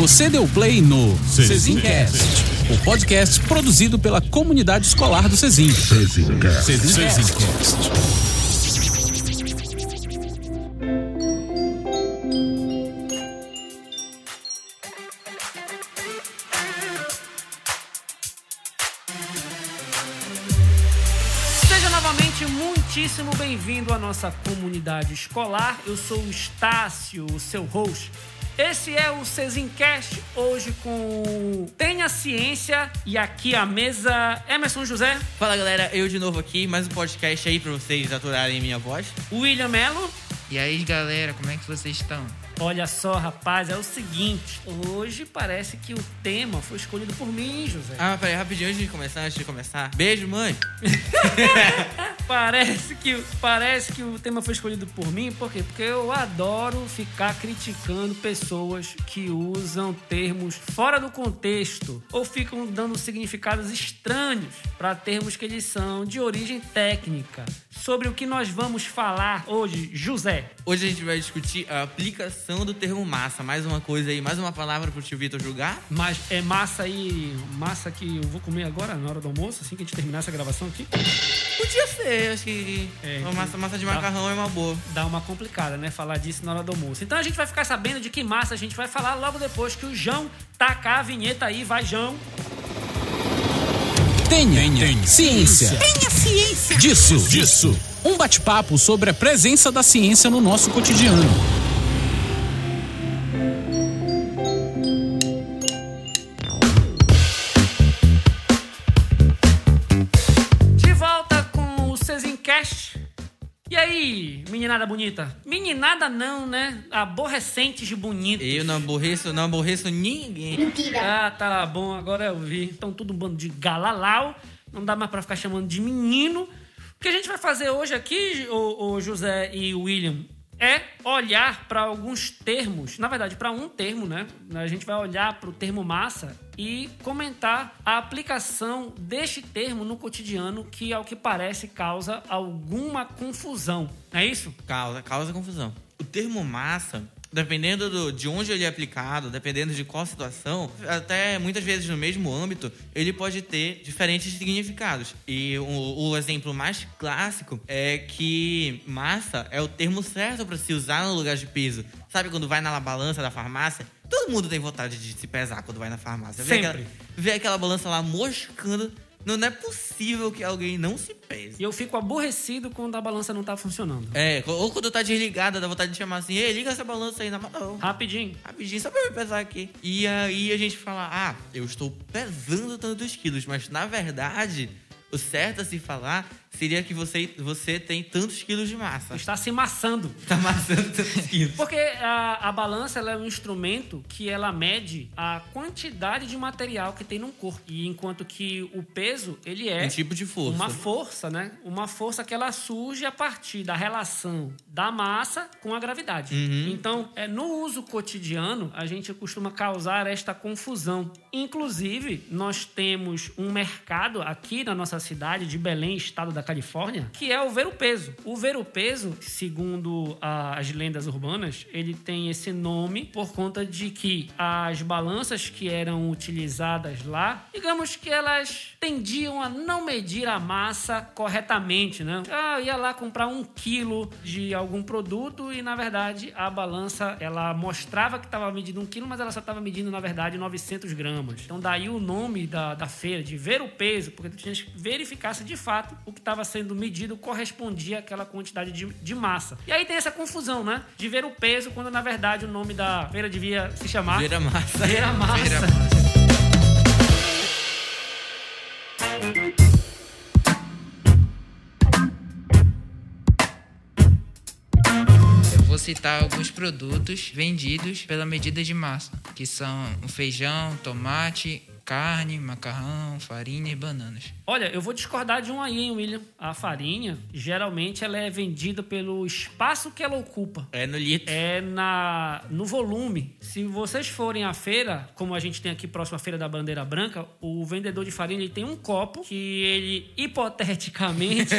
Você deu play no Cezincast, o podcast produzido pela comunidade escolar do Cezin. Cezincast. Seja novamente muitíssimo bem-vindo à nossa comunidade escolar. Eu sou o Estácio, o seu host. Esse é o Cezincast, hoje com Tenha Ciência e aqui a mesa Emerson José. Fala galera, eu de novo aqui, mais um podcast aí pra vocês aturarem minha voz. William Melo. E aí galera, como é que vocês estão? Olha só, rapaz, é o seguinte, hoje parece que o tema foi escolhido por mim, José. Peraí, rapidinho, antes de começar. Beijo, mãe. Parece que o tema foi escolhido por mim, por quê? Porque eu adoro ficar criticando pessoas que usam termos fora do contexto ou ficam dando significados estranhos para termos que eles são de origem técnica. Sobre o que nós vamos falar hoje, José? Hoje a gente vai discutir a aplicação do termo massa. Mais uma coisa aí, mais uma palavra pro tio Vitor julgar. Mas é massa aí, massa que eu vou comer agora na hora do almoço, assim que a gente terminar essa gravação aqui? Podia ser, acho que massa de macarrão é uma boa. Dá uma complicada, né? Falar disso na hora do almoço. Então a gente vai ficar sabendo de que massa a gente vai falar logo depois que o João tacar a vinheta aí. Vai, João. Tenha ciência. Tenha ciência. Disso. Um bate-papo sobre a presença da ciência no nosso cotidiano. De volta com o Cezincast. E aí, meninada bonita? Meninada não, né? Aborrecentes de bonitos. Eu não aborreço ninguém. Ah, tá bom, agora eu vi. Então tudo um bando de galalau. Não dá mais pra ficar chamando de menino. O que a gente vai fazer hoje aqui, o José e o William, é olhar para alguns termos. Na verdade, para um termo, né? A gente vai olhar para o termo massa e comentar a aplicação deste termo no cotidiano, que, ao que parece, causa alguma confusão. É isso? Causa confusão. O termo massa, dependendo de onde ele é aplicado, dependendo de qual situação, até muitas vezes no mesmo âmbito, ele pode ter diferentes significados. E o exemplo mais clássico é que massa é o termo certo para se usar no lugar de peso. Sabe quando vai na balança da farmácia? Todo mundo tem vontade de se pesar quando vai na farmácia. Vê aquela balança lá moscando. Não é possível que alguém não se pese. E eu fico aborrecido quando a balança não tá funcionando. Ou quando tá desligada, dá vontade de chamar assim: ei, liga essa balança aí na mão. Rapidinho, só pra eu me pesar aqui. E aí a gente fala: eu estou pesando tantos quilos, mas na verdade, o certo a se falar seria que você tem tantos quilos de massa. está se maçando. Tá amassando tantos quilos. Porque a balança ela é um instrumento que ela mede a quantidade de material que tem num corpo. E enquanto que o peso, ele é um tipo de força. Uma força, né? Uma força que ela surge a partir da relação da massa com a gravidade. Uhum. Então, no uso cotidiano, a gente costuma causar esta confusão. Inclusive, nós temos um mercado aqui na nossa cidade de Belém, estado da Califórnia, que é o ver-o-peso. O ver-o-peso, segundo as lendas urbanas, ele tem esse nome por conta de que as balanças que eram utilizadas lá, digamos que elas tendiam a não medir a massa corretamente, né? Eu ia lá comprar 1 quilo de algum produto e, na verdade, a balança, ela mostrava que estava medindo 1 quilo, mas ela só estava medindo, na verdade, 900 gramas. Então, daí o nome da feira, de ver-o-peso, porque tu tinha que verificar se, de fato, o que estava sendo medido correspondia àquela quantidade de massa. E aí tem essa confusão, né? De ver o peso, quando na verdade o nome da feira devia se chamar Feira Massa. Feira Massa. Eu vou citar alguns produtos vendidos pela medida de massa, que são o feijão, tomate, carne, macarrão, farinha e bananas. Olha, eu vou discordar de um aí, hein, William? A farinha, geralmente, ela é vendida pelo espaço que ela ocupa. É no litro. É no volume. Se vocês forem à feira, como a gente tem aqui próximo à Feira da Bandeira Branca, o vendedor de farinha ele tem um copo que ele, hipoteticamente,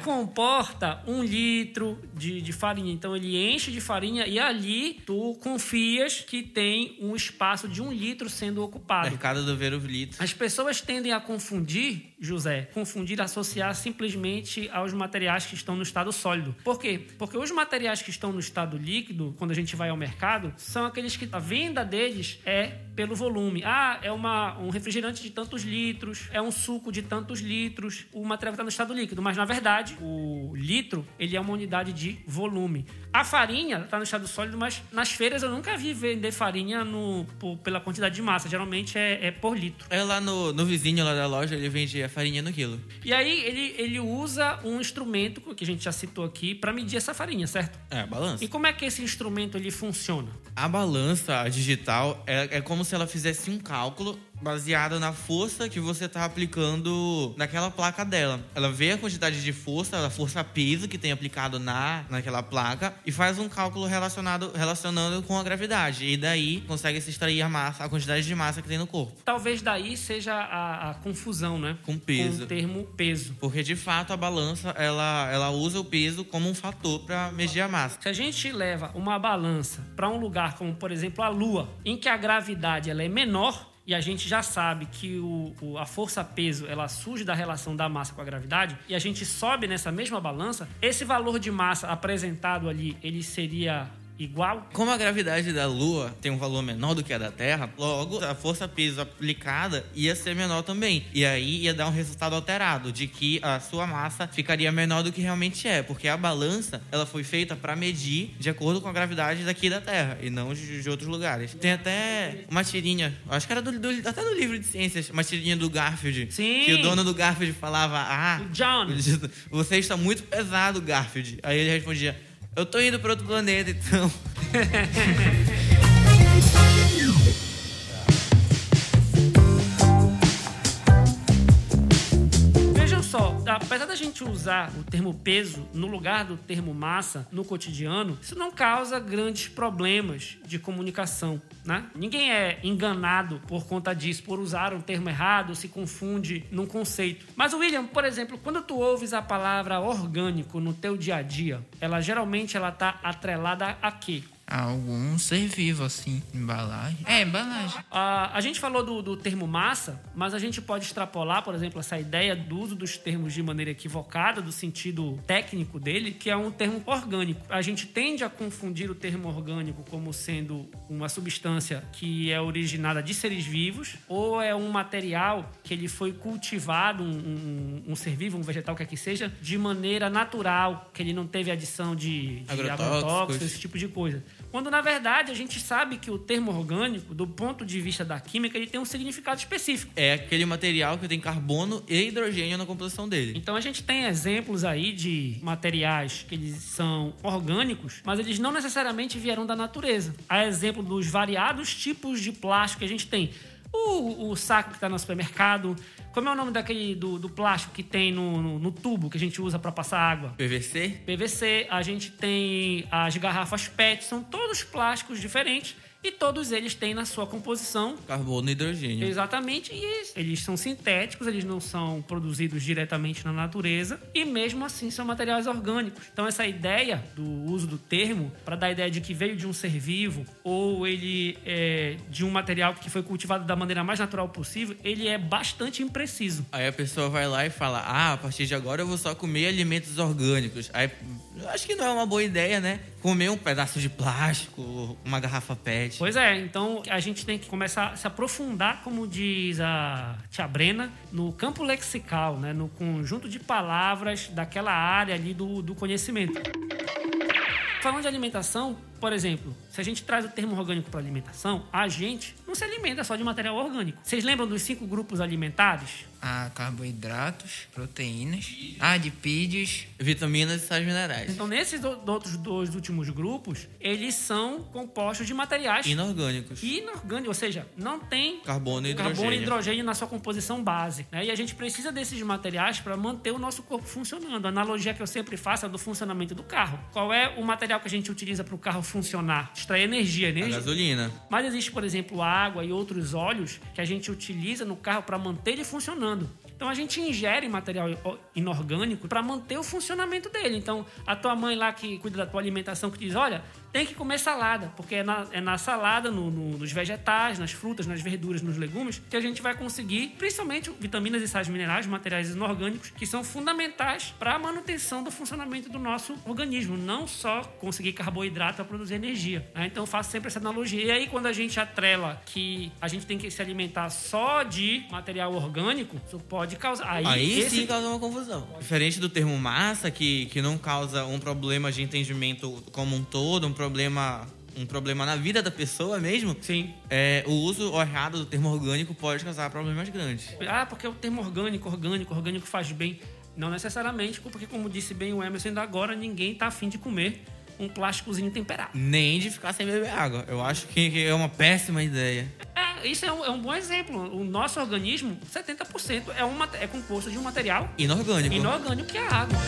comporta 1 litro de farinha. Então, ele enche de farinha e ali tu confias que tem um espaço de 1 litro sendo ocupado. Mercado do Ver o litro. As pessoas tendem a confundir, José, associar simplesmente aos materiais que estão no estado sólido. Por quê? Porque os materiais que estão no estado líquido, quando a gente vai ao mercado, são aqueles que a venda deles é pelo volume. É um refrigerante de tantos litros, é um suco de tantos litros, o material está no estado líquido. Mas, na verdade, o litro, ele é uma unidade de volume. A farinha está no estado sólido, mas nas feiras eu nunca vi vender farinha pela quantidade de massa. Geralmente é por litro. Lá no vizinho lá da loja, ele vende a farinha no quilo. E aí ele usa um instrumento, que a gente já citou aqui, para medir essa farinha, certo? A balança. E como é que esse instrumento ele funciona? A balança digital é como se ela fizesse um cálculo baseado na força que você está aplicando naquela placa dela. Ela vê a quantidade de força, a força-peso que tem aplicado naquela placa e faz um cálculo relacionando com a gravidade. E daí consegue se extrair a quantidade de massa que tem no corpo. Talvez daí seja a confusão, né? Com peso. Com o termo peso. Porque, de fato, a balança, ela usa o peso como um fator para medir a massa. Se a gente leva uma balança para um lugar como, por exemplo, a Lua, em que a gravidade ela é menor, e a gente já sabe que a força-peso ela surge da relação da massa com a gravidade, e a gente sobe nessa mesma balança, esse valor de massa apresentado ali, ele seria igual? Como a gravidade da Lua tem um valor menor do que a da Terra, logo a força-peso aplicada ia ser menor também. E aí ia dar um resultado alterado, de que a sua massa ficaria menor do que realmente é. Porque a balança, ela foi feita para medir de acordo com a gravidade daqui da Terra, e não de outros lugares. Tem até uma tirinha, acho que era até no livro de ciências, uma tirinha do Garfield. Sim. Que o dono do Garfield falava, John, você está muito pesado, Garfield. Aí ele respondia, eu tô indo para outro planeta, então. Vejam só, apesar da gente usar o termo peso no lugar do termo massa no cotidiano, isso não causa grandes problemas de comunicação, né? Ninguém é enganado por conta disso, por usar um termo errado, se confunde num conceito. Mas, William, por exemplo, quando tu ouves a palavra orgânico no teu dia a dia, geralmente ela tá atrelada a quê? Algum ser vivo, assim, embalagem. Embalagem. A gente falou do termo massa, mas a gente pode extrapolar, por exemplo, essa ideia do uso dos termos de maneira equivocada, do sentido técnico dele, que é um termo orgânico. A gente tende a confundir o termo orgânico como sendo uma substância que é originada de seres vivos, ou é um material que ele foi cultivado, um ser vivo, um vegetal, quer que seja, de maneira natural, que ele não teve adição de agrotóxicos, esse tipo de coisa. Quando, na verdade, a gente sabe que o termo orgânico, do ponto de vista da química, ele tem um significado específico. É aquele material que tem carbono e hidrogênio na composição dele. Então, a gente tem exemplos aí de materiais que eles são orgânicos, mas eles não necessariamente vieram da natureza. Há exemplo dos variados tipos de plástico que a gente tem. O saco que está no supermercado. Como é o nome daquele do plástico que tem no tubo que a gente usa para passar água? PVC? PVC. A gente tem as garrafas PET. São todos plásticos diferentes. E todos eles têm na sua composição carbono e hidrogênio. Exatamente. E eles são sintéticos, eles não são produzidos diretamente na natureza. E mesmo assim são materiais orgânicos. Então essa ideia do uso do termo, para dar a ideia de que veio de um ser vivo, ou ele é de um material que foi cultivado da maneira mais natural possível, ele é bastante impreciso. Aí a pessoa vai lá e fala, a partir de agora eu vou só comer alimentos orgânicos. Aí acho que não é uma boa ideia, né? Comer um pedaço de plástico, uma garrafa PET. Pois é, então a gente tem que começar a se aprofundar, como diz a tia Brena, no campo lexical, né? No conjunto de palavras daquela área ali do conhecimento. Falando de alimentação, por exemplo, se a gente traz o termo orgânico para alimentação, a gente não se alimenta só de material orgânico. Vocês lembram dos 5 grupos alimentares? Carboidratos, proteínas, adipídios, vitaminas e sais minerais. Então, nesses outros 2 últimos grupos, eles são compostos de materiais inorgânicos, ou seja, não tem carbono e hidrogênio na sua composição base, né? E a gente precisa desses materiais para manter o nosso corpo funcionando. A analogia que eu sempre faço é do funcionamento do carro. Qual é o material que a gente utiliza para o carro funcionar? Extrair energia. A gasolina. Mas existe, por exemplo, água e outros óleos que a gente utiliza no carro para manter ele funcionando. Então a gente ingere material inorgânico para manter o funcionamento dele. Então a tua mãe lá que cuida da tua alimentação que diz, olha, tem que comer salada, porque é na salada, nos vegetais, nas frutas, nas verduras, nos legumes, que a gente vai conseguir, principalmente vitaminas e sais minerais, materiais inorgânicos, que são fundamentais para a manutenção do funcionamento do nosso organismo, não só conseguir carboidrato para produzir energia, né? Então eu faço sempre essa analogia. E aí quando a gente atrela que a gente tem que se alimentar só de material orgânico, isso pode causar... Aí sim causa uma confusão. Diferente do termo massa, que não causa um problema de entendimento como um todo, um problema na vida da pessoa mesmo. Sim. O uso errado do termo orgânico pode causar problemas grandes. Porque o termo orgânico faz bem. Não necessariamente, porque como disse bem o Emerson, ainda agora ninguém tá afim de comer um plásticozinho temperado. Nem de ficar sem beber água. Eu acho que é uma péssima ideia. Isso é um bom exemplo. O nosso organismo, 70% é composto de um material inorgânico que é a água.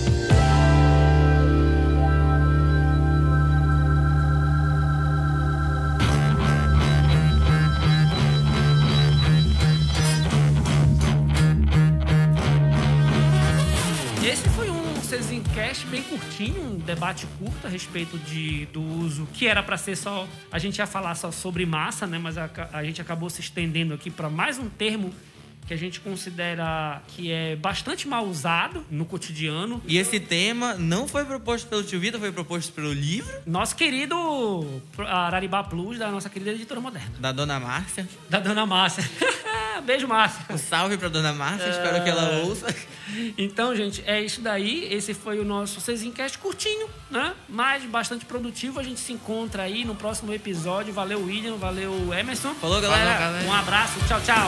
Esse foi um Cezincast bem curtinho, um debate curto a respeito do uso, que era para ser só... A gente ia falar só sobre massa, né? Mas a gente acabou se estendendo aqui para mais um termo que a gente considera que é bastante mal usado no cotidiano. E esse tema não foi proposto pelo Tio Vitor, foi proposto pelo livro. Nosso querido Araribá Plus, da nossa querida editora moderna. Da Dona Márcia. Beijo, Márcia. Um salve pra Dona Márcia, espero que ela ouça. Então, gente, é isso daí. Esse foi o nosso Cezincast curtinho, né? Mas bastante produtivo. A gente se encontra aí no próximo episódio. Valeu, William. Valeu, Emerson. Falou, galera. Falou, galera. Um abraço. Tchau, tchau.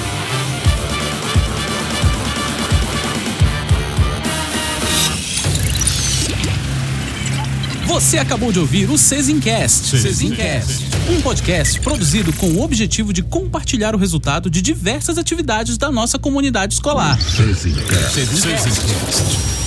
Você acabou de ouvir o Cezincast. Um podcast produzido com o objetivo de compartilhar o resultado de diversas atividades da nossa comunidade escolar. Cezincast.